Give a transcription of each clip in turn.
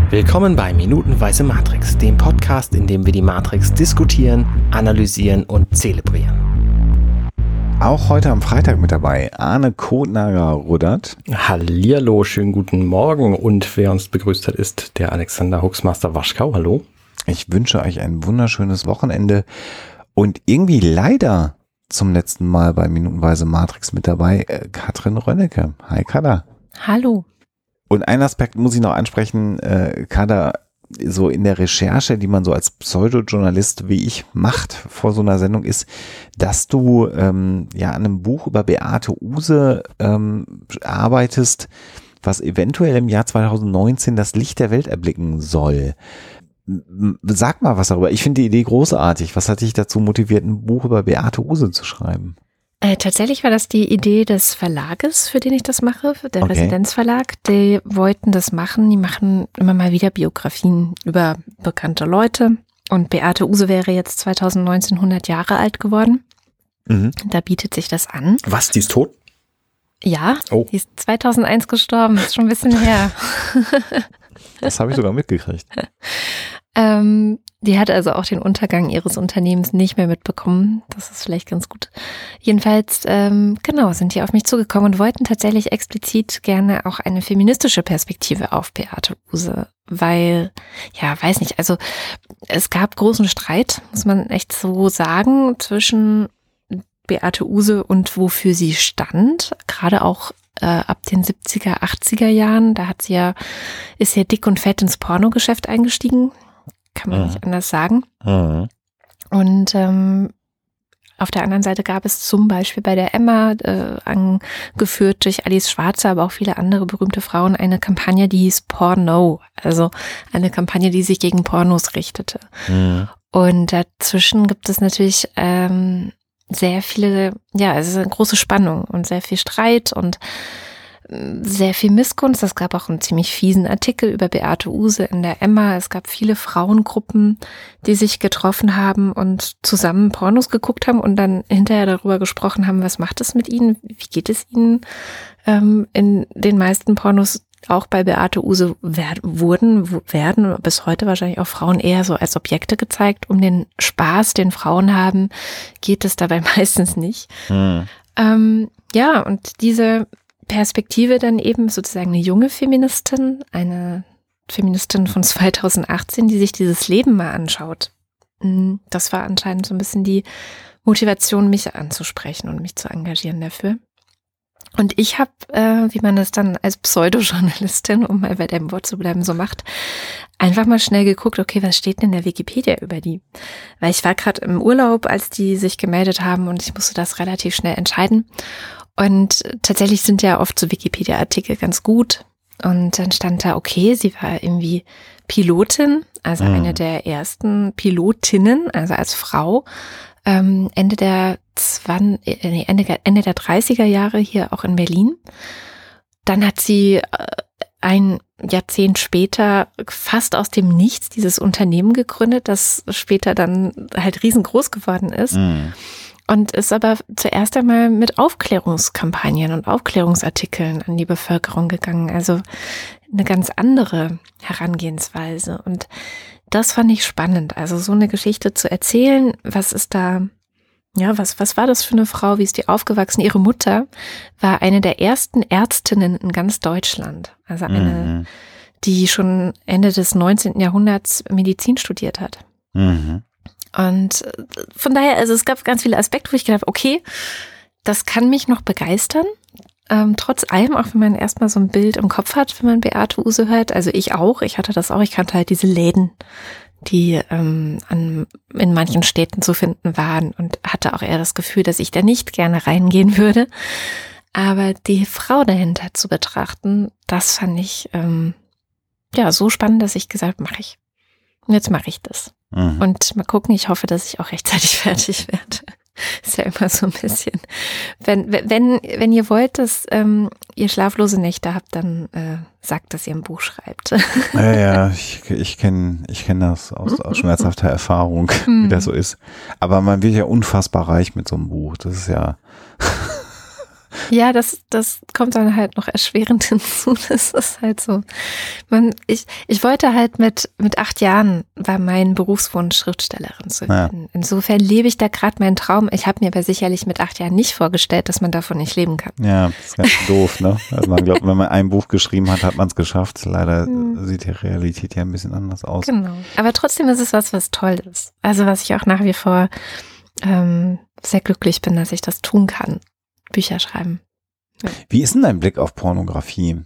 Willkommen bei Minutenweise Matrix, dem Podcast, in dem wir die Matrix diskutieren, analysieren und zelebrieren. Auch heute am Freitag mit dabei Arne Kotnager-Ruddert. Hallihallo, schönen guten Morgen, und wer uns begrüßt hat, ist der Alexander Huxmaster Waschkau. Hallo. Ich wünsche euch ein wunderschönes Wochenende und irgendwie leider zum letzten Mal bei Minutenweise Matrix mit dabei Katrin Rönnecke. Hi Kada. Hallo. Und einen Aspekt muss ich noch ansprechen, Kada, so in der Recherche, die man so als Pseudojournalist wie ich macht vor so einer Sendung, ist, dass du an einem Buch über Beate Uhse arbeitest, was eventuell im Jahr 2019 das Licht der Welt erblicken soll. Sag mal was darüber. Ich finde die Idee großartig. Was hat dich dazu motiviert, ein Buch über Beate Uhse zu schreiben? Tatsächlich war das die Idee des Verlages, für den ich das mache, der Residenzverlag. Die wollten das machen. Die machen immer mal wieder Biografien über bekannte Leute. Und Beate Uhse wäre jetzt 2019 100 Jahre alt geworden. Mhm. Da bietet sich das an. Was, die ist tot? Ja, Die ist 2001 gestorben. Das ist schon ein bisschen her. Das habe ich sogar mitgekriegt. Die hat also auch den Untergang ihres Unternehmens nicht mehr mitbekommen. Das ist vielleicht ganz gut. Jedenfalls, sind die auf mich zugekommen und wollten tatsächlich explizit gerne auch eine feministische Perspektive auf Beate Uhse. Weil, weiß nicht, also es gab großen Streit, muss man echt so sagen, zwischen Beate Uhse und wofür sie stand. Gerade auch ab den 70er, 80er Jahren. Da ist ja dick und fett ins Pornogeschäft eingestiegen. Kann man nicht anders sagen. Mhm. Und auf der anderen Seite gab es zum Beispiel bei der Emma, angeführt durch Alice Schwarzer, aber auch viele andere berühmte Frauen, eine Kampagne, die hieß Porno. Also eine Kampagne, die sich gegen Pornos richtete. Mhm. Und dazwischen gibt es natürlich sehr viele, es ist eine große Spannung und sehr viel Streit und sehr viel Missgunst. Es gab auch einen ziemlich fiesen Artikel über Beate Uhse in der Emma. Es gab viele Frauengruppen, die sich getroffen haben und zusammen Pornos geguckt haben und dann hinterher darüber gesprochen haben, was macht es mit ihnen, wie geht es ihnen. In den meisten Pornos, auch bei Beate Uhse, werden bis heute wahrscheinlich auch Frauen eher so als Objekte gezeigt. Um den Spaß, den Frauen haben, geht es dabei meistens nicht. Mhm. Und diese Perspektive dann eben sozusagen eine junge Feministin, eine Feministin von 2018, die sich dieses Leben mal anschaut. Das war anscheinend so ein bisschen die Motivation, mich anzusprechen und mich zu engagieren dafür. Und ich habe, wie man das dann als Pseudojournalistin, um mal bei deinem Wort zu bleiben, so macht, einfach mal schnell geguckt, okay, was steht denn in der Wikipedia über die? Weil ich war gerade im Urlaub, als die sich gemeldet haben, und ich musste das relativ schnell entscheiden. Und tatsächlich sind ja oft so Wikipedia-Artikel ganz gut. Und dann stand da, okay, sie war irgendwie Pilotin, also eine der ersten Pilotinnen, also als Frau, Ende der 30er Jahre hier auch in Berlin. Dann hat sie ein Jahrzehnt später fast aus dem Nichts dieses Unternehmen gegründet, das später dann halt riesengroß geworden ist. Mhm. Und ist aber zuerst einmal mit Aufklärungskampagnen und Aufklärungsartikeln an die Bevölkerung gegangen. Also eine ganz andere Herangehensweise. Und das fand ich spannend. Also so eine Geschichte zu erzählen, was ist da, was war das für eine Frau, wie ist die aufgewachsen? Ihre Mutter war eine der ersten Ärztinnen in ganz Deutschland. Also eine, die schon Ende des 19. Jahrhunderts Medizin studiert hat. Mhm. Und von daher, also es gab ganz viele Aspekte, wo ich gedacht habe, okay, das kann mich noch begeistern. Trotz allem, auch wenn man erstmal so ein Bild im Kopf hat, wenn man Beate Uhse hört. Also ich hatte das auch, ich kannte halt diese Läden, die in manchen Städten zu finden waren, und hatte auch eher das Gefühl, dass ich da nicht gerne reingehen würde. Aber die Frau dahinter zu betrachten, das fand ich so spannend, dass ich gesagt habe, mache ich. Und jetzt mache ich das. Mhm. Und mal gucken, ich hoffe, dass ich auch rechtzeitig fertig werde. Ist ja immer so ein bisschen. Wenn ihr wollt, dass ihr schlaflose Nächte habt, dann sagt, dass ihr ein Buch schreibt. Ja, ich kenn das aus schmerzhafter Erfahrung, wie das so ist. Aber man wird ja unfassbar reich mit so einem Buch. Das ist ja Ja, das kommt dann halt noch erschwerend hinzu. Das ist halt so. Ich wollte halt mit 8 Jahren, war mein Berufswunsch, Schriftstellerin zu werden. Ja. Insofern lebe ich da gerade meinen Traum. Ich habe mir aber sicherlich mit 8 Jahren nicht vorgestellt, dass man davon nicht leben kann. Ja, das ist ganz doof, ne? Also man glaubt, wenn man ein Buch geschrieben hat, hat man es geschafft. Leider sieht die Realität ja ein bisschen anders aus. Genau. Aber trotzdem ist es was toll ist. Also was ich auch nach wie vor sehr glücklich bin, dass ich das tun kann. Bücher schreiben. Ja. Wie ist denn dein Blick auf Pornografie?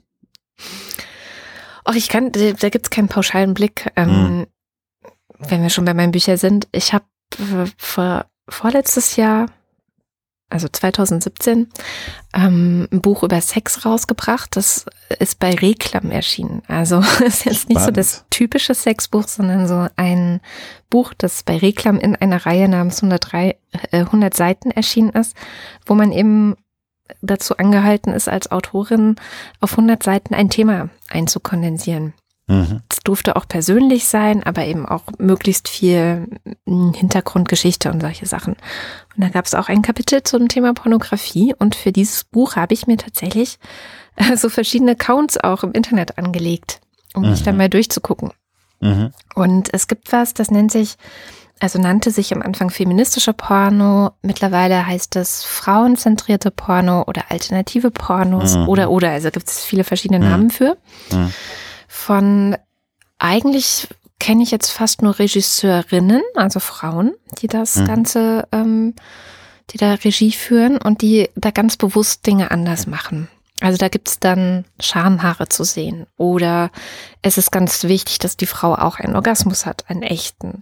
Da gibt's keinen pauschalen Blick. Wenn wir schon bei meinen Büchern sind, ich habe vorletztes Jahr, also 2017, ein Buch über Sex rausgebracht. Das ist bei Reklam erschienen. Also ist jetzt nicht so das typische Sexbuch, sondern so ein Buch, das bei Reklam in einer Reihe namens 100 Seiten erschienen ist, wo man eben dazu angehalten ist, als Autorin auf 100 Seiten ein Thema einzukondensieren. Es durfte auch persönlich sein, aber eben auch möglichst viel Hintergrundgeschichte und solche Sachen. Und da gab es auch ein Kapitel zum Thema Pornografie und für dieses Buch habe ich mir tatsächlich so verschiedene Accounts auch im Internet angelegt, um mich dann mal durchzugucken. Und es gibt was, das nannte sich am Anfang feministischer Porno. Mittlerweile heißt es frauenzentrierte Porno oder alternative Pornos oder. Also gibt es viele verschiedene Namen für. Eigentlich kenne ich jetzt fast nur Regisseurinnen, also Frauen, die das Ganze, die da Regie führen und die da ganz bewusst Dinge anders machen. Also da gibt's dann Schamhaare zu sehen oder es ist ganz wichtig, dass die Frau auch einen Orgasmus hat, einen echten.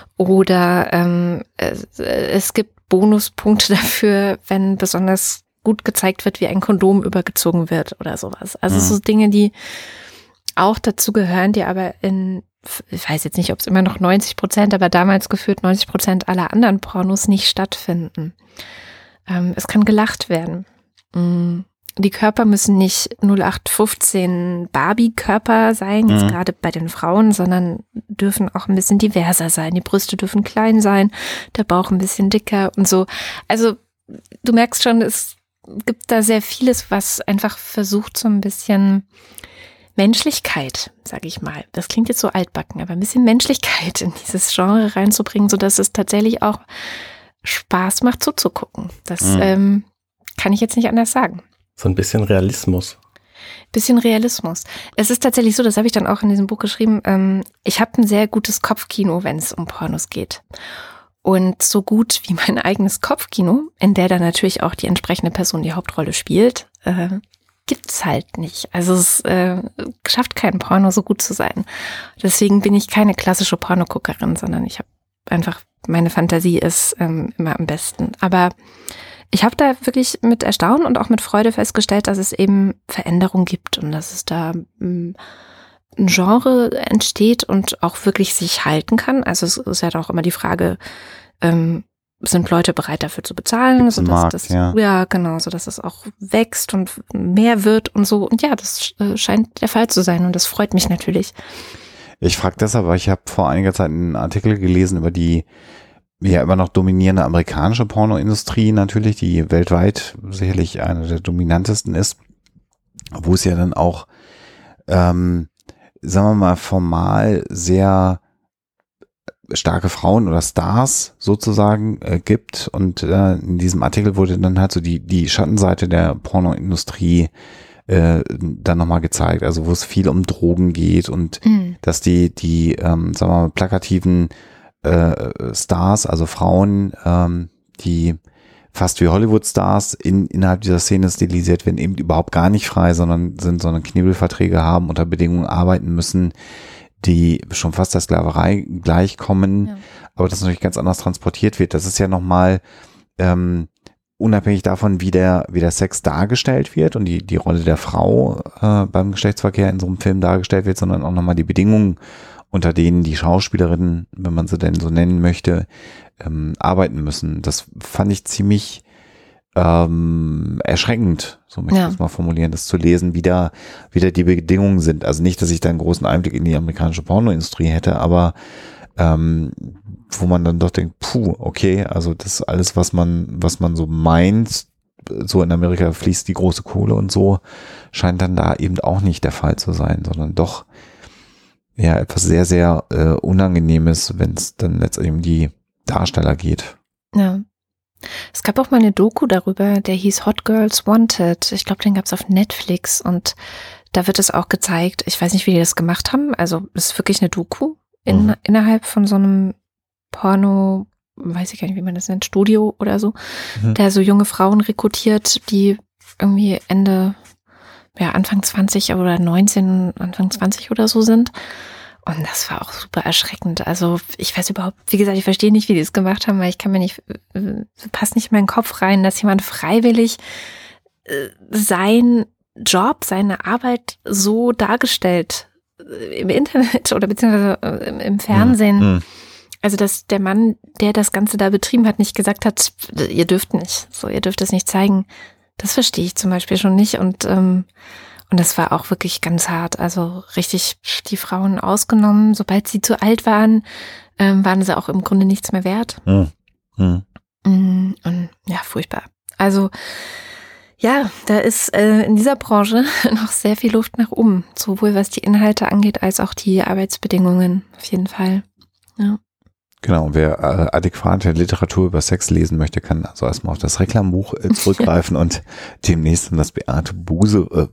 Oder es gibt Bonuspunkte dafür, wenn besonders gut gezeigt wird, wie ein Kondom übergezogen wird oder sowas. Also so Dinge, die auch dazu gehören, die aber ich weiß jetzt nicht, ob es immer noch 90%, aber damals gefühlt 90% aller anderen Pornos nicht stattfinden. Es kann gelacht werden. Die Körper müssen nicht 0815 Barbie-Körper sein, jetzt gerade bei den Frauen, sondern dürfen auch ein bisschen diverser sein. Die Brüste dürfen klein sein, der Bauch ein bisschen dicker und so. Also du merkst schon, es gibt da sehr vieles, was einfach versucht, so ein bisschen Menschlichkeit, sage ich mal. Das klingt jetzt so altbacken, aber ein bisschen Menschlichkeit in dieses Genre reinzubringen, sodass es tatsächlich auch Spaß macht zuzugucken. Das kann ich jetzt nicht anders sagen. So ein bisschen Realismus. Bisschen Realismus. Es ist tatsächlich so, das habe ich dann auch in diesem Buch geschrieben, ich habe ein sehr gutes Kopfkino, wenn es um Pornos geht. Und so gut wie mein eigenes Kopfkino, in der dann natürlich auch die entsprechende Person die Hauptrolle spielt, gibt's halt nicht. Also es schafft kein Porno so gut zu sein. Deswegen bin ich keine klassische Pornoguckerin, sondern ich habe einfach, meine Fantasie ist immer am besten. Aber ich habe da wirklich mit Erstaunen und auch mit Freude festgestellt, dass es eben Veränderungen gibt und dass es da ein Genre entsteht und auch wirklich sich halten kann. Also es ist ja auch immer die Frage, sind Leute bereit dafür zu bezahlen, sodass das, ja genau, sodass es auch wächst und mehr wird und so. Und ja, das scheint der Fall zu sein und das freut mich natürlich. Ich frage deshalb, weil ich habe vor einiger Zeit einen Artikel gelesen über die ja immer noch dominierende amerikanische Pornoindustrie natürlich, die weltweit sicherlich eine der dominantesten ist, wo es ja dann auch, sagen wir mal, formal sehr starke Frauen oder Stars sozusagen gibt und in diesem Artikel wurde dann halt so die Schattenseite der Pornoindustrie dann nochmal gezeigt, also wo es viel um Drogen geht und dass die sagen wir mal, plakativen Stars, also Frauen, die fast wie Hollywood-Stars innerhalb dieser Szene stilisiert werden, eben überhaupt gar nicht frei, sondern Knebelverträge haben, unter Bedingungen arbeiten müssen, die schon fast der Sklaverei gleichkommen, aber das natürlich ganz anders transportiert wird. Das ist ja nochmal unabhängig davon, wie der Sex dargestellt wird und die Rolle der Frau beim Geschlechtsverkehr in so einem Film dargestellt wird, sondern auch nochmal die Bedingungen, unter denen die Schauspielerinnen, wenn man sie denn so nennen möchte, arbeiten müssen. Das fand ich ziemlich erschreckend, so möchte ich das mal formulieren, das zu lesen, wie da die Bedingungen sind. Also nicht, dass ich da einen großen Einblick in die amerikanische Pornoindustrie hätte, aber wo man dann doch denkt, okay, also das ist alles, was man so meint, so in Amerika fließt die große Kohle und so, scheint dann da eben auch nicht der Fall zu sein, sondern doch ja etwas sehr, sehr Unangenehmes, wenn es dann letztendlich um die Darsteller geht. Ja. Es gab auch mal eine Doku darüber, der hieß Hot Girls Wanted. Ich glaube, den gab es auf Netflix und da wird es auch gezeigt. Ich weiß nicht, wie die das gemacht haben. Also es ist wirklich eine Doku innerhalb von so einem Porno, weiß ich gar nicht, wie man das nennt, Studio oder so, der so junge Frauen rekrutiert, die irgendwie Anfang 20 oder 19, Anfang 20 oder so sind. Und das war auch super erschreckend. Also ich weiß überhaupt, wie gesagt, ich verstehe nicht, wie die es gemacht haben, weil ich kann mir nicht, passt nicht in meinen Kopf rein, dass jemand freiwillig sein Job, seine Arbeit so dargestellt im Internet oder beziehungsweise im Fernsehen. Also dass der Mann, der das Ganze da betrieben hat, nicht gesagt hat, ihr dürft nicht, so, ihr dürft es nicht zeigen. Das verstehe ich zum Beispiel schon nicht und das war auch wirklich ganz hart. Also richtig die Frauen ausgenommen. Sobald sie zu alt waren, waren sie auch im Grunde nichts mehr wert. Und ja, furchtbar. Also ja, da ist in dieser Branche noch sehr viel Luft nach oben. Sowohl was die Inhalte angeht, als auch die Arbeitsbedingungen. Auf jeden Fall. Ja. Genau, wer adäquate Literatur über Sex lesen möchte, kann also erstmal auf das Reklambuch zurückgreifen und demnächst in das Beate Buse.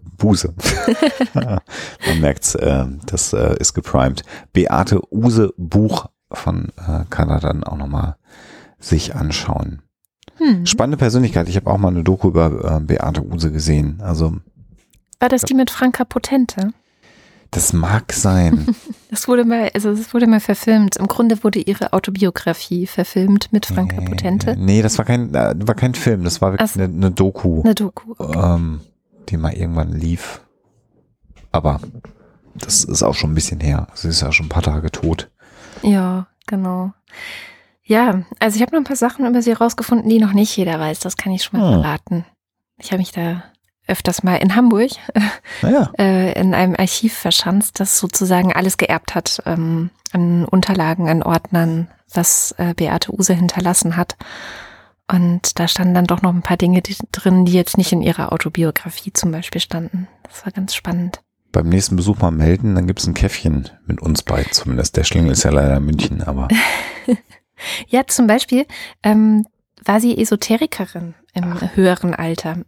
Man merkt's, das ist geprimed. Beate Uhse Buch kann er dann auch nochmal sich anschauen. Spannende Persönlichkeit. Ich habe auch mal eine Doku über Beate Uhse gesehen. Also war das die mit Franka Potente? Das mag sein. Das wurde mal verfilmt. Im Grunde wurde ihre Autobiografie verfilmt mit Franka Potente. Nee, das war kein Film. Das war wirklich eine Doku. Eine Doku, okay. Die mal irgendwann lief. Aber das ist auch schon ein bisschen her. Sie ist ja schon ein paar Tage tot. Ja, genau. Ja, also ich habe noch ein paar Sachen über sie rausgefunden, die noch nicht jeder weiß. Das kann ich schon mal verraten. Ich habe mich da öfters mal in Hamburg in einem Archiv verschanzt, das sozusagen alles geerbt hat an Unterlagen, an Ordnern, was Beate Uhse hinterlassen hat. Und da standen dann doch noch ein paar Dinge drin, die jetzt nicht in ihrer Autobiografie zum Beispiel standen. Das war ganz spannend. Beim nächsten Besuch mal melden, dann gibt's ein Käffchen mit uns beiden zumindest. Der Schlingel ist ja leider in München, aber... Ja, zum Beispiel war sie Esoterikerin im höheren Alter.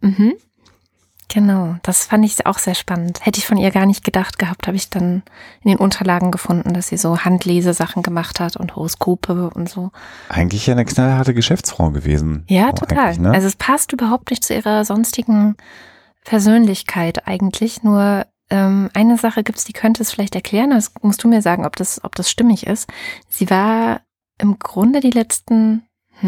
Genau, das fand ich auch sehr spannend. Hätte ich von ihr gar nicht gedacht gehabt, habe ich dann in den Unterlagen gefunden, dass sie so Handlesesachen gemacht hat und Horoskope und so. Eigentlich ja eine knallharte Geschäftsfrau gewesen. Ja, total. Ne? Also es passt überhaupt nicht zu ihrer sonstigen Persönlichkeit eigentlich. Nur eine Sache gibt's, die könnte es vielleicht erklären. Das musst du mir sagen, ob das stimmig ist. Sie war im Grunde die letzten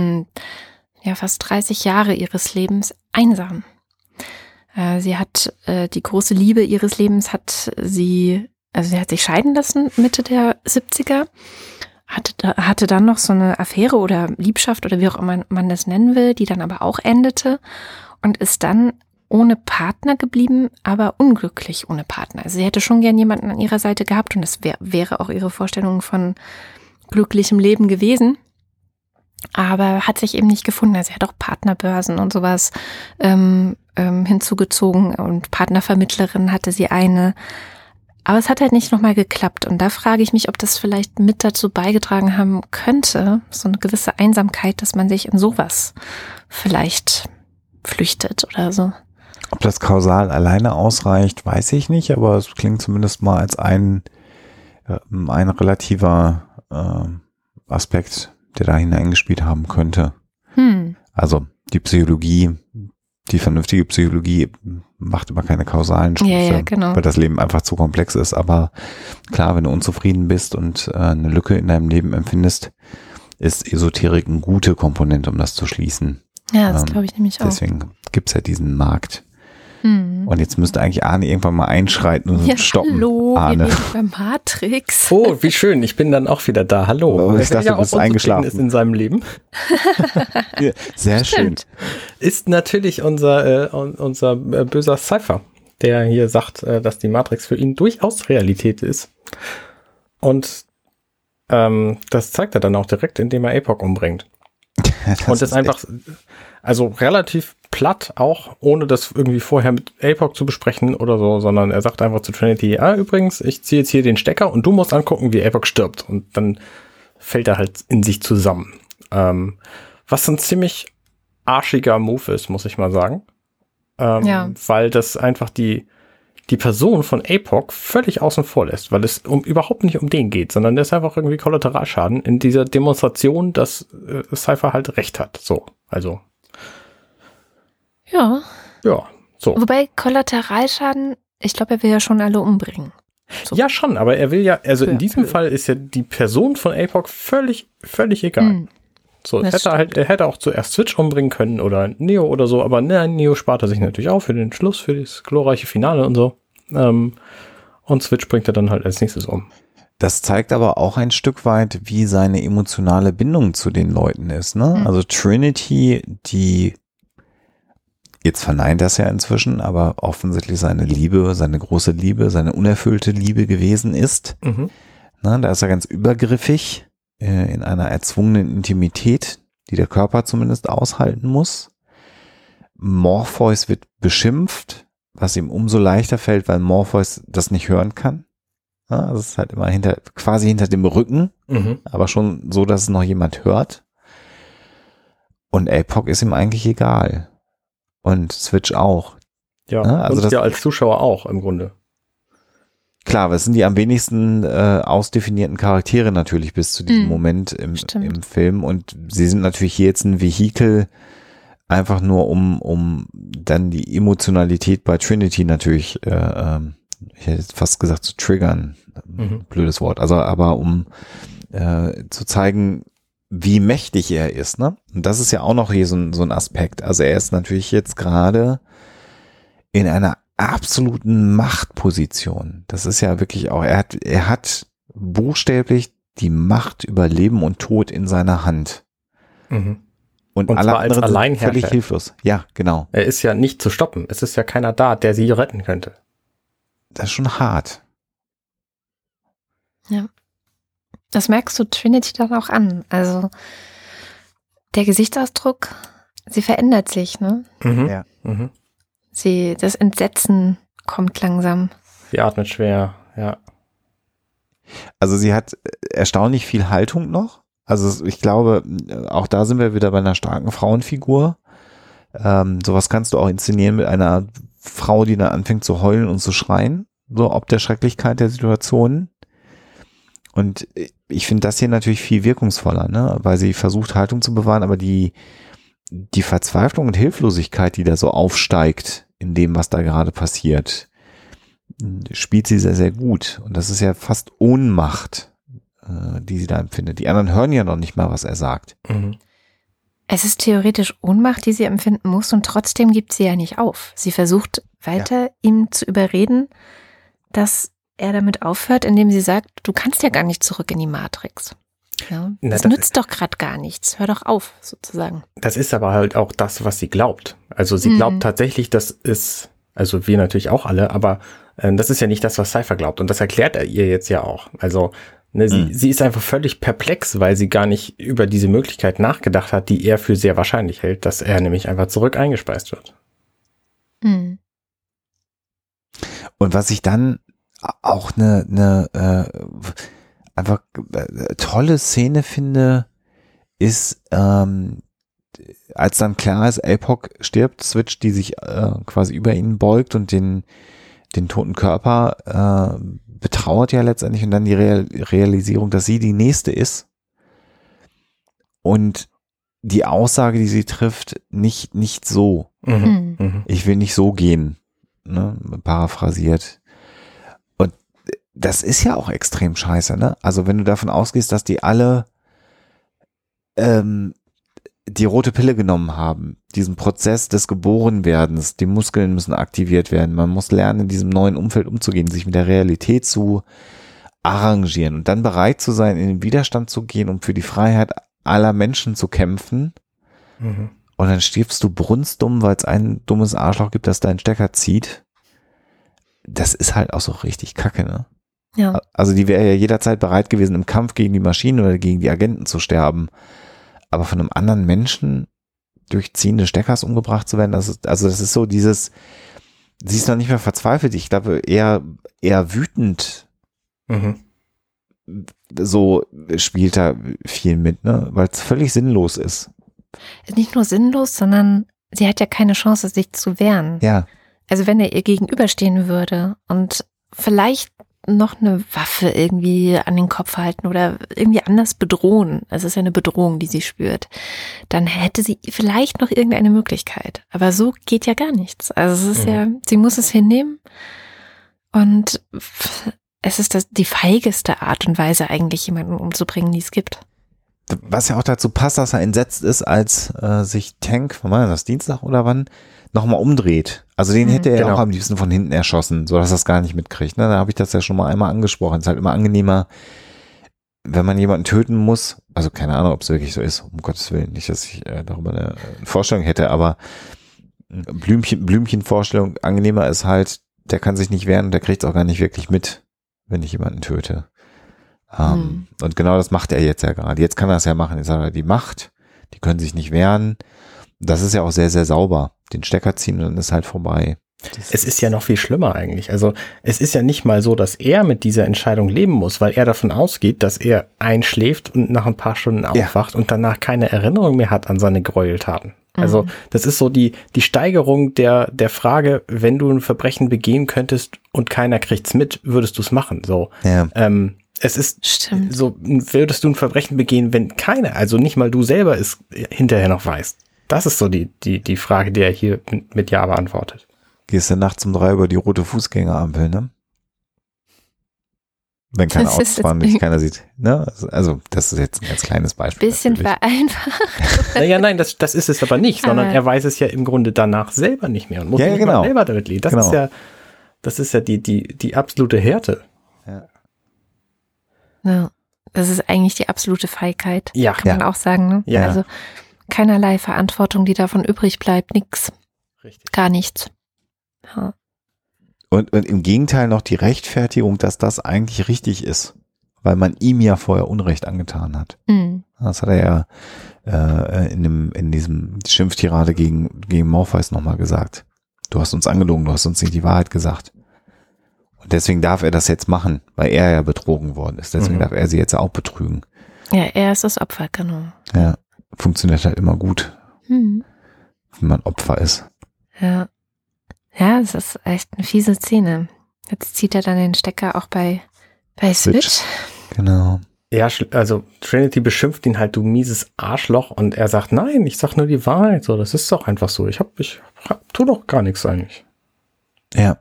fast 30 Jahre ihres Lebens einsam. Sie hat die große Liebe ihres Lebens sie hat sich scheiden lassen Mitte der 70er, hatte dann noch so eine Affäre oder Liebschaft oder wie auch immer man das nennen will, die dann aber auch endete und ist dann ohne Partner geblieben, aber unglücklich ohne Partner. Also sie hätte schon gern jemanden an ihrer Seite gehabt und das wäre auch ihre Vorstellung von glücklichem Leben gewesen. Aber hat sich eben nicht gefunden. Also sie hat auch Partnerbörsen und sowas hinzugezogen und Partnervermittlerin hatte sie eine. Aber es hat halt nicht nochmal geklappt. Und da frage ich mich, ob das vielleicht mit dazu beigetragen haben könnte, so eine gewisse Einsamkeit, dass man sich in sowas vielleicht flüchtet oder so. Ob das kausal alleine ausreicht, weiß ich nicht, aber es klingt zumindest mal als ein relativer Aspekt, der da hineingespielt haben könnte. Also die Psychologie, die vernünftige Psychologie macht immer keine kausalen Schlüsse, genau. Weil das Leben einfach zu komplex ist. Aber klar, wenn du unzufrieden bist und eine Lücke in deinem Leben empfindest, ist Esoterik eine gute Komponente, um das zu schließen. Ja, das glaube ich nämlich auch. Deswegen gibt's ja diesen Markt. Und jetzt müsste eigentlich Arne irgendwann mal einschreiten und stoppen. Hallo, Arne. wir reden über Matrix. Oh, wie schön, ich bin dann auch wieder da. Hallo. Oh, ich dachte, du bist eingeschlafen. Ist in seinem Leben. Ja, sehr schön. Ist natürlich unser böser Cypher, der hier sagt, dass die Matrix für ihn durchaus Realität ist. Und das zeigt er dann auch direkt, indem er Apoc umbringt. Und das einfach, also relativ platt auch, ohne das irgendwie vorher mit APOC zu besprechen oder so, sondern er sagt einfach zu Trinity, übrigens, ich ziehe jetzt hier den Stecker und du musst angucken, wie APOC stirbt. Und dann fällt er halt in sich zusammen. Was ein ziemlich arschiger Move ist, muss ich mal sagen. Weil das einfach die Person von APOC völlig außen vor lässt, weil es überhaupt nicht um den geht, sondern der ist einfach irgendwie Kollateralschaden in dieser Demonstration, dass Cypher halt recht hat. So, also. Ja. Ja, so. Wobei Kollateralschaden, ich glaube, er will ja schon alle umbringen. So. Ja, schon, aber er will ja, also in diesem Fall ist ja die Person von APOC völlig egal. So, er hätte auch zuerst Switch umbringen können oder Neo oder so, aber nein, Neo spart er sich natürlich auf für den Schluss, für das glorreiche Finale und so. Und Switch bringt er dann halt als nächstes um. Das zeigt aber auch ein Stück weit, wie seine emotionale Bindung zu den Leuten ist, ne? Mhm. Also Trinity, die jetzt verneint das ja inzwischen, aber offensichtlich seine Liebe, seine große Liebe, seine unerfüllte Liebe gewesen ist. Mhm. Na, da ist er ganz übergriffig in einer erzwungenen Intimität, die der Körper zumindest aushalten muss. Morpheus wird beschimpft, was ihm umso leichter fällt, weil Morpheus das nicht hören kann. Ja, das ist halt immer quasi hinter dem Rücken, aber schon so, dass es noch jemand hört. Und APOC ist ihm eigentlich egal. Und Switch auch. Ja, also das ja als Zuschauer auch im Grunde. Klar, aber es sind die am wenigsten ausdefinierten Charaktere natürlich bis zu diesem Moment im Film. Und sie sind natürlich hier jetzt ein Vehikel, einfach nur um dann die Emotionalität bei Trinity natürlich, ich hätte jetzt fast gesagt, zu triggern. Blödes Wort. Also aber um zu zeigen, wie mächtig er ist, ne? Und das ist ja auch noch hier so ein Aspekt. Also er ist natürlich jetzt gerade in einer absoluten Machtposition. Das ist ja wirklich auch, er hat buchstäblich die Macht über Leben und Tod in seiner Hand. Und alle anderen sind völlig hilflos. Ja, genau. Er ist ja nicht zu stoppen. Es ist ja keiner da, der sie retten könnte. Das ist schon hart. Ja. Das merkst du Trinity dann auch an. Also der Gesichtsausdruck, sie verändert sich, ne? Ja. Das Entsetzen kommt langsam. Sie atmet schwer, ja. Also sie hat erstaunlich viel Haltung noch. Also ich glaube, auch da sind wir wieder bei einer starken Frauenfigur. Sowas kannst du auch inszenieren mit einer Frau, die dann anfängt zu heulen und zu schreien. So ob der Schrecklichkeit der Situation. Und ich finde das hier natürlich viel wirkungsvoller, ne? Weil sie versucht, Haltung zu bewahren, aber die Verzweiflung und Hilflosigkeit, die da so aufsteigt in dem, was da gerade passiert, spielt sie sehr, sehr gut. Und das ist ja fast Ohnmacht, die sie da empfindet. Die anderen hören ja noch nicht mal, was er sagt. Es ist theoretisch Ohnmacht, die sie empfinden muss, und trotzdem gibt sie ja nicht auf. Sie versucht weiter, ihm zu überreden, dass er damit aufhört, indem sie sagt, du kannst ja gar nicht zurück in die Matrix. Ja, das nützt doch gerade gar nichts. Hör doch auf, sozusagen. Das ist aber halt auch das, was sie glaubt. Also sie glaubt tatsächlich, das ist, also wir natürlich auch alle, aber das ist ja nicht das, was Cypher glaubt. Und das erklärt er ihr jetzt ja auch. Also sie ist einfach völlig perplex, weil sie gar nicht über diese Möglichkeit nachgedacht hat, die er für sehr wahrscheinlich hält, dass er nämlich einfach zurück eingespeist wird. Und was ich dann auch eine einfach tolle Szene finde, ist, als dann klar ist, APOC stirbt, Switch, die sich quasi über ihn beugt und den toten Körper betrauert ja letztendlich, und dann die Realisierung, dass sie die Nächste ist, und die Aussage, die sie trifft, nicht so. Ich will nicht so gehen, ne? Paraphrasiert. Das ist ja auch extrem scheiße, ne? Also wenn du davon ausgehst, dass die alle die rote Pille genommen haben, diesen Prozess des Geborenwerdens, die Muskeln müssen aktiviert werden, man muss lernen, in diesem neuen Umfeld umzugehen, sich mit der Realität zu arrangieren und dann bereit zu sein, in den Widerstand zu gehen, um für die Freiheit aller Menschen zu kämpfen. Und dann stirbst du brunstdumm, weil es ein dummes Arschloch gibt, das deinen Stecker zieht. Das ist halt auch so richtig kacke, ne? Ja. Also die wäre ja jederzeit bereit gewesen, im Kampf gegen die Maschinen oder gegen die Agenten zu sterben. Aber von einem anderen Menschen durch Ziehen des Steckers umgebracht zu werden. Das ist so dieses, sie ist noch nicht mehr verzweifelt, ich glaube eher wütend. So spielt da viel mit, ne? Weil es völlig sinnlos ist. Nicht nur sinnlos, sondern sie hat ja keine Chance, sich zu wehren. Ja. Also wenn er ihr gegenüberstehen würde und vielleicht noch eine Waffe irgendwie an den Kopf halten oder irgendwie anders bedrohen, es ist ja eine Bedrohung, die sie spürt, dann hätte sie vielleicht noch irgendeine Möglichkeit. Aber so geht ja gar nichts. Also es ist ja, sie muss es hinnehmen und es ist die feigeste Art und Weise eigentlich, jemanden umzubringen, die es gibt. Was ja auch dazu passt, dass er entsetzt ist, als sich Tank, wann war das, Dienstag oder wann, nochmal umdreht. Also den hätte er auch am liebsten von hinten erschossen, sodass er es gar nicht mitkriegt. Ne? Da habe ich das ja schon mal einmal angesprochen. Es ist halt immer angenehmer, wenn man jemanden töten muss. Also keine Ahnung, ob es wirklich so ist. Um Gottes Willen. Nicht, dass ich darüber eine Vorstellung hätte, aber Blümchenvorstellung, angenehmer ist halt, der kann sich nicht wehren und der kriegt es auch gar nicht wirklich mit, wenn ich jemanden töte. Und genau das macht er jetzt ja gerade. Jetzt kann er es ja machen. Jetzt hat er die Macht, die können sich nicht wehren. Das ist ja auch sehr, sehr sauber. Den Stecker ziehen und dann ist halt vorbei. Es ist ja noch viel schlimmer eigentlich. Also es ist ja nicht mal so, dass er mit dieser Entscheidung leben muss, weil er davon ausgeht, dass er einschläft und nach ein paar Stunden aufwacht und danach keine Erinnerung mehr hat an seine Gräueltaten. Also das ist so die Steigerung der Frage, wenn du ein Verbrechen begehen könntest und keiner kriegt's mit, würdest du es machen. So. Ja. Es ist so, würdest du ein Verbrechen begehen, wenn keiner, also nicht mal du selber es hinterher noch weißt. Das ist so die Frage, die er hier mit Ja beantwortet. Gehst du nachts um 3 über die rote Fußgängerampel, ne? Wenn keine Autos fahren, dich keiner sieht. Ne? Also das ist jetzt ein ganz kleines Beispiel. Bisschen vereinfacht. Naja, nein, das ist es aber nicht, sondern er weiß es ja im Grunde danach selber nicht mehr und muss nicht mal selber damit leben. Das ist ja die absolute Härte. Ja, das ist eigentlich die absolute Feigheit, kann man auch sagen. Ne? Ja. Also keinerlei Verantwortung, die davon übrig bleibt, nix. Richtig. Gar nichts. Ja. Und im Gegenteil noch die Rechtfertigung, dass das eigentlich richtig ist, weil man ihm ja vorher Unrecht angetan hat. Das hat er ja in diesem Schimpftirade gegen Morpheus nochmal gesagt. Du hast uns angelogen, du hast uns nicht die Wahrheit gesagt. Und deswegen darf er das jetzt machen, weil er ja betrogen worden ist. Deswegen darf er sie jetzt auch betrügen. Ja, er ist das Opfer, genau. Ja, funktioniert halt immer gut, wenn man Opfer ist. Ja. Ja, es ist echt eine fiese Szene. Jetzt zieht er dann den Stecker auch bei Switch. Genau. Ja, also Trinity beschimpft ihn halt, du mieses Arschloch, und er sagt, nein, ich sag nur die Wahrheit, so, das ist doch einfach so. Ich tu doch gar nichts eigentlich. Ja.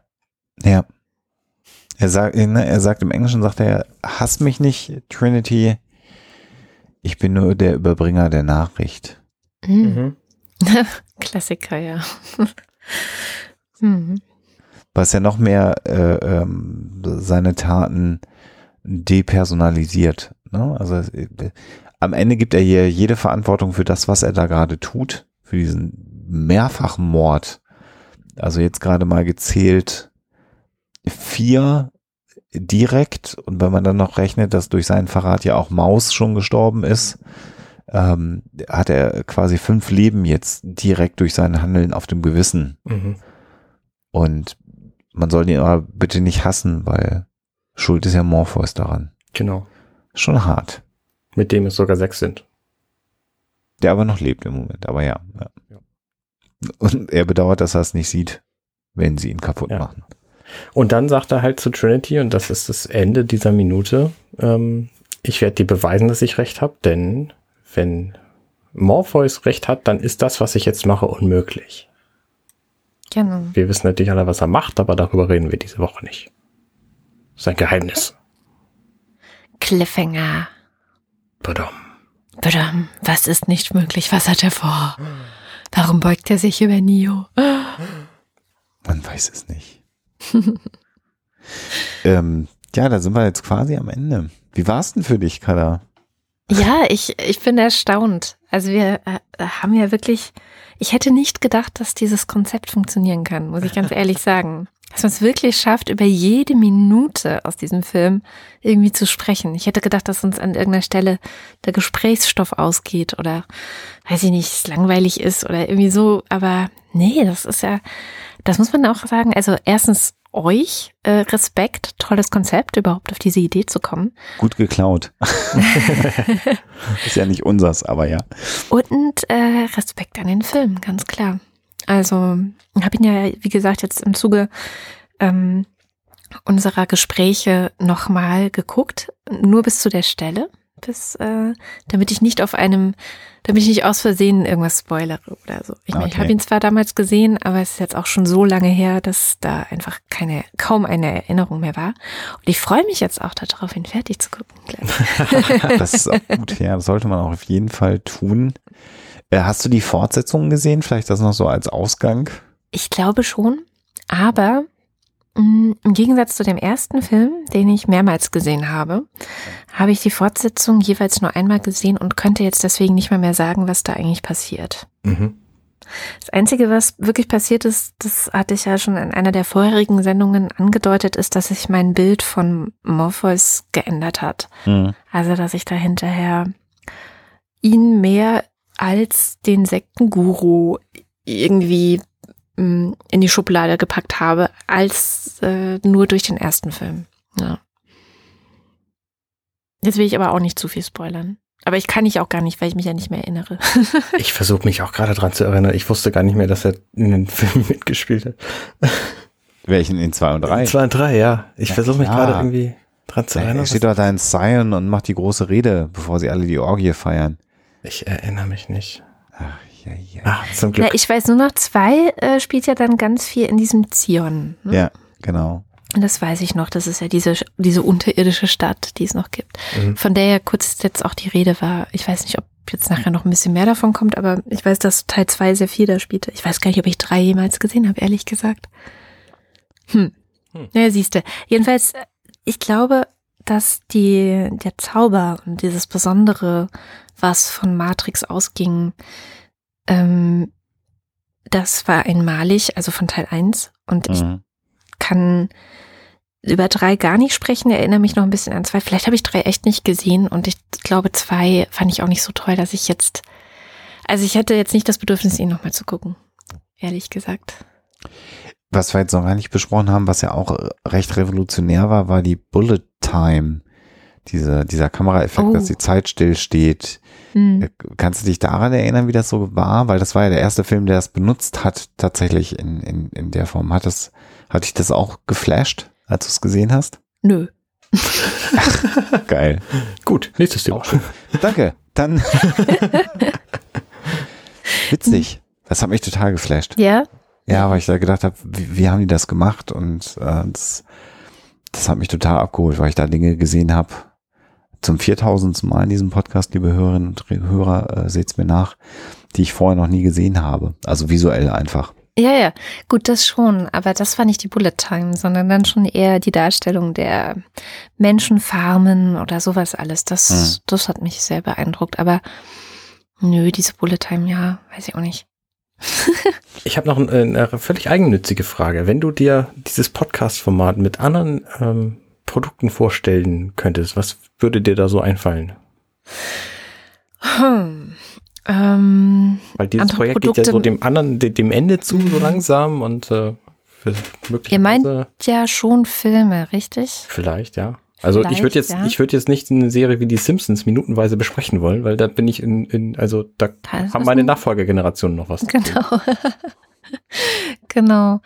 Er sagt im Englischen, sagt er, hass mich nicht, Trinity, ich bin nur der Überbringer der Nachricht. Klassiker, ja. Was ja noch mehr seine Taten depersonalisiert. Ne? Also am Ende gibt er hier jede Verantwortung für das, was er da gerade tut, für diesen Mehrfachmord. Also jetzt gerade mal gezählt 4 direkt, und wenn man dann noch rechnet, dass durch seinen Verrat ja auch Maus schon gestorben ist, hat er quasi 5 Leben jetzt direkt durch sein Handeln auf dem Gewissen. Und man soll ihn aber bitte nicht hassen, weil schuld ist ja Morpheus daran. Genau. Schon hart. Mit dem es sogar 6 sind. Der aber noch lebt im Moment, aber ja. Und er bedauert, dass er es nicht sieht, wenn sie ihn kaputt machen. Und dann sagt er halt zu Trinity, und das ist das Ende dieser Minute, ich werde dir beweisen, dass ich recht habe, denn wenn Morpheus recht hat, dann ist das, was ich jetzt mache, unmöglich. Genau. Wir wissen natürlich alle, was er macht, aber darüber reden wir diese Woche nicht. Das ist ein Geheimnis. Cliffhanger. Badum. Was ist nicht möglich? Was hat er vor? Warum beugt er sich über Neo? Man weiß es nicht. Da sind wir jetzt quasi am Ende. Wie war es denn für dich, Kada? Ja, ich bin erstaunt. Also wir haben ja wirklich, ich hätte nicht gedacht, dass dieses Konzept funktionieren kann, muss ich ganz ehrlich sagen. dass man es wirklich schafft, über jede Minute aus diesem Film irgendwie zu sprechen. Ich hätte gedacht, dass uns an irgendeiner Stelle der Gesprächsstoff ausgeht oder, weiß ich nicht, es langweilig ist oder irgendwie so. Aber nee, das ist ja, das muss man auch sagen. Also erstens euch Respekt, tolles Konzept, überhaupt auf diese Idee zu kommen. Gut geklaut. Ist ja nicht unsers, aber ja. Und Respekt an den Film, ganz klar. Also habe ihn ja, wie gesagt, jetzt im Zuge unserer Gespräche nochmal geguckt, nur bis zu der Stelle, damit ich nicht aus Versehen irgendwas spoilere oder so. Ich meine, ich habe ihn zwar damals gesehen, aber es ist jetzt auch schon so lange her, dass da einfach kaum eine Erinnerung mehr war. Und ich freue mich jetzt auch darauf, ihn fertig zu gucken. Das ist auch gut, ja, das sollte man auch auf jeden Fall tun. Hast du die Fortsetzung gesehen? Vielleicht das noch so als Ausgang? Ich glaube schon, aber im Gegensatz zu dem ersten Film, den ich mehrmals gesehen habe, habe ich die Fortsetzung jeweils nur einmal gesehen und könnte jetzt deswegen nicht mehr sagen, was da eigentlich passiert. Mhm. Das Einzige, was wirklich passiert ist, das hatte ich ja schon in einer der vorherigen Sendungen angedeutet, ist, dass sich mein Bild von Morpheus geändert hat. Mhm. Also, dass ich da hinterher ihn mehr als den Sektenguru irgendwie in die Schublade gepackt habe, als nur durch den ersten Film. Ja. Jetzt will ich aber auch nicht zu viel spoilern. Aber ich kann auch gar nicht, weil ich mich ja nicht mehr erinnere. Ich versuche mich auch gerade dran zu erinnern. Ich wusste gar nicht mehr, dass er in den Filmen mitgespielt hat. Welchen in 2 und 3? 2 und 3, ja. Ich versuche mich gerade irgendwie dran zu erinnern. Er steht doch da in Zion und macht die große Rede, bevor sie alle die Orgie feiern. Ich erinnere mich nicht. Ach, ja. Ach, zum Glück. Ja, ich weiß nur noch, 2 spielt ja dann ganz viel in diesem Zion. Ne? Ja, genau. Und das weiß ich noch, das ist ja diese unterirdische Stadt, die es noch gibt. Mhm. Von der ja kurz jetzt auch die Rede war. Ich weiß nicht, ob jetzt nachher noch ein bisschen mehr davon kommt, aber ich weiß, dass Teil 2 sehr viel da spielte. Ich weiß gar nicht, ob ich 3 jemals gesehen habe, ehrlich gesagt. Naja, siehste. Jedenfalls, ich glaube, dass der Zauber und dieses Besondere, was von Matrix ausging, das war einmalig, also von Teil 1. Und ich kann über 3 gar nicht sprechen, erinnere mich noch ein bisschen an 2. Vielleicht habe ich 3 echt nicht gesehen und ich glaube 2 fand ich auch nicht so toll, dass ich hätte jetzt nicht das Bedürfnis, ihn nochmal zu gucken, ehrlich gesagt. Was wir jetzt noch gar nicht besprochen haben, was ja auch recht revolutionär war die Bullet Time. Dieser Kameraeffekt, dass die Zeit stillsteht. Kannst du dich daran erinnern, wie das so war? Weil das war ja der erste Film, der das benutzt hat, tatsächlich in der Form. Hat dich das auch geflasht, als du es gesehen hast? Nö. Geil. Gut, nächstes Thema. Danke. Dann witzig. Das hat mich total geflasht. Ja? Ja, weil ich da gedacht habe, wie haben die das gemacht? Und das hat mich total abgeholt, weil ich da Dinge gesehen habe. Zum 4000. Mal in diesem Podcast, liebe Hörerinnen und Hörer, seht's mir nach, die ich vorher noch nie gesehen habe. Also visuell einfach. Ja, gut, das schon. Aber das war nicht die Bullet Time, sondern dann schon eher die Darstellung der Menschenfarmen oder sowas alles. Das hat mich sehr beeindruckt. Aber nö, diese Bullet Time, ja, weiß ich auch nicht. Ich habe noch eine völlig eigennützige Frage. Wenn du dir dieses Podcast-Format mit anderen Produkten vorstellen könntest, was würde dir da so einfallen? Weil dieses Projekt geht ja so dem Ende zu, so langsam und möglicherweise. Ihr meint ja schon Filme, richtig? Vielleicht, ja. Also ich würde jetzt nicht eine Serie wie die Simpsons minutenweise besprechen wollen, weil da bin ich da haben meine Nachfolgergenerationen noch was. Genau. Genau.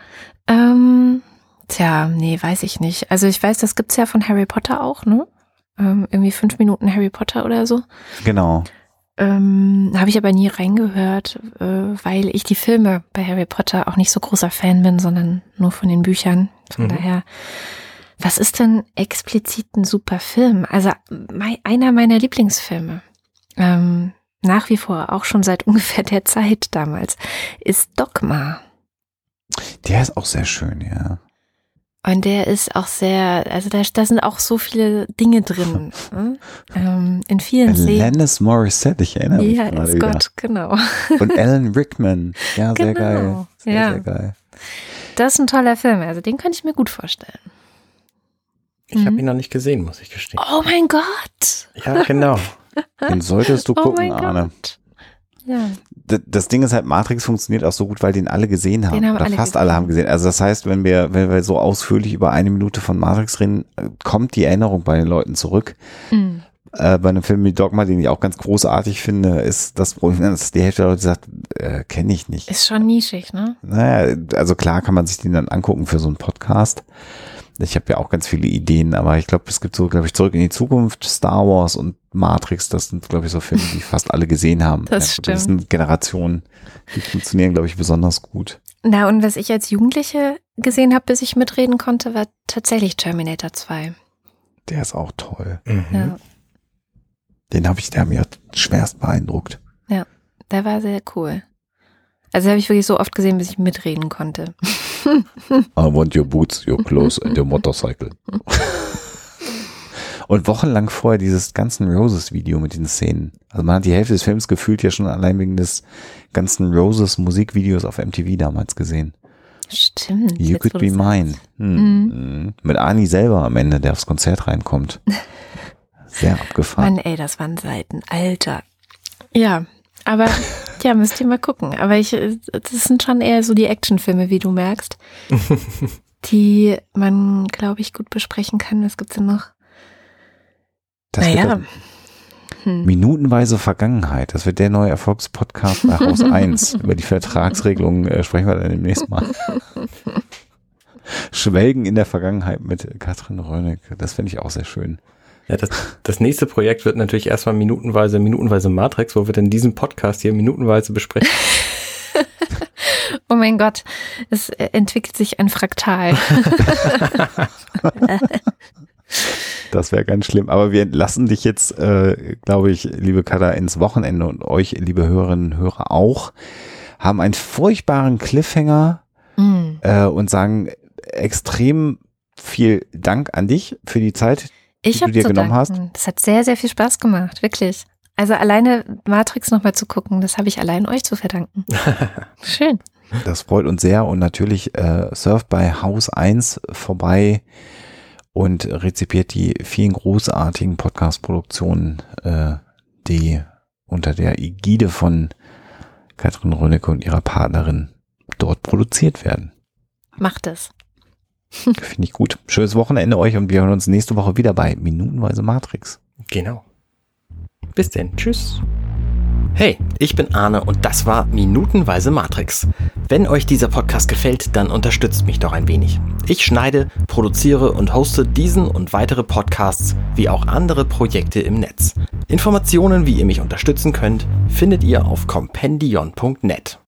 Nee, weiß ich nicht. Also ich weiß, das gibt's ja von Harry Potter auch, ne? Irgendwie 5 Minuten Harry Potter oder so. Genau. Habe ich aber nie reingehört, weil ich die Filme bei Harry Potter auch nicht so großer Fan bin, sondern nur von den Büchern. Von daher, was ist denn explizit ein super Film? Also einer meiner Lieblingsfilme, nach wie vor, auch schon seit ungefähr der Zeit damals, ist Dogma. Der ist auch sehr schön, ja. Und der ist auch sehr, also da sind auch so viele Dinge drin. In vielen Szenen. Alanis Morissette, ich erinnere mich gerade wieder. Scott, genau. Und Alan Rickman, ja, sehr Genau. geil. Sehr geil. Das ist ein toller Film, also den könnte ich mir gut vorstellen. Ich habe ihn noch nicht gesehen, muss ich gestehen. Oh mein Gott! Ja, genau. Den solltest du gucken, Arne. Ja. Das Ding ist halt, Matrix funktioniert auch so gut, weil den alle gesehen haben. Den haben Oder alle fast gesehen. alle haben gesehen. Also das heißt, wenn wir so ausführlich über 1 Minute von Matrix reden, kommt die Erinnerung bei den Leuten zurück. Mhm. Bei einem Film wie Dogma, den ich auch ganz großartig finde, ist das Problem, dass die Hälfte der Leute sagt, kenne ich nicht. Ist schon nischig, ne? Naja, also klar kann man sich den dann angucken für so einen Podcast. Ich habe ja auch ganz viele Ideen, aber ich glaube, es gibt so, glaube ich, Zurück in die Zukunft, Star Wars und Matrix, das sind, glaube ich, so Filme, die fast alle gesehen haben. Das stimmt. Das sind Generationen, die funktionieren, glaube ich, besonders gut. Na, und was ich als Jugendliche gesehen habe, bis ich mitreden konnte, war tatsächlich Terminator 2. Der ist auch toll. Ja. Der hat mich schwerst beeindruckt. Ja, der war sehr cool. Also habe ich wirklich so oft gesehen, bis ich mitreden konnte. I want your boots, your clothes and your motorcycle. Und wochenlang vorher dieses ganzen Roses-Video mit den Szenen. Also man hat die Hälfte des Films gefühlt ja schon allein wegen des ganzen Roses-Musikvideos auf MTV damals gesehen. Stimmt. You jetzt, Could wo Be du Mine. sagst. Mit Ani selber am Ende, der aufs Konzert reinkommt. Sehr abgefahren. Mann, ey, das waren Seiten. Alter. Ja, aber ja, müsst ihr mal gucken. Aber das sind schon eher so die Actionfilme, wie du merkst, die man, glaube ich, gut besprechen kann. Was gibt's denn noch? Das wird Naja. Minutenweise Vergangenheit. Das wird der neue Erfolgspodcast bei Haus 1. Über die Vertragsregelungen sprechen wir dann demnächst mal. Schwelgen in der Vergangenheit mit Katrin Rönig. Das finde ich auch sehr schön. Ja, das nächste Projekt wird natürlich erstmal minutenweise Matrix, wo wir dann diesen Podcast hier minutenweise besprechen. Oh mein Gott, es entwickelt sich ein Fraktal. Das wäre ganz schlimm. Aber wir entlassen dich jetzt, glaube ich, liebe Katha, ins Wochenende und euch, liebe Hörerinnen und Hörer, auch. Haben einen furchtbaren Cliffhanger und sagen extrem viel Dank an dich für die Zeit, Ich du habe dir zu genommen danken. hast. Das hat sehr, sehr viel Spaß gemacht, wirklich. Also alleine Matrix nochmal zu gucken, das habe ich allein euch zu verdanken. Schön. Das freut uns sehr und natürlich surft bei Haus 1 vorbei und rezipiert die vielen großartigen Podcast-Produktionen, die unter der Ägide von Katrin Rönicke und ihrer Partnerin dort produziert werden. Macht es. Finde ich gut. Schönes Wochenende euch und wir hören uns nächste Woche wieder bei Minutenweise Matrix. Genau. Bis denn. Tschüss. Hey, ich bin Arne und das war Minutenweise Matrix. Wenn euch dieser Podcast gefällt, dann unterstützt mich doch ein wenig. Ich schneide, produziere und hoste diesen und weitere Podcasts wie auch andere Projekte im Netz. Informationen, wie ihr mich unterstützen könnt, findet ihr auf compendion.net.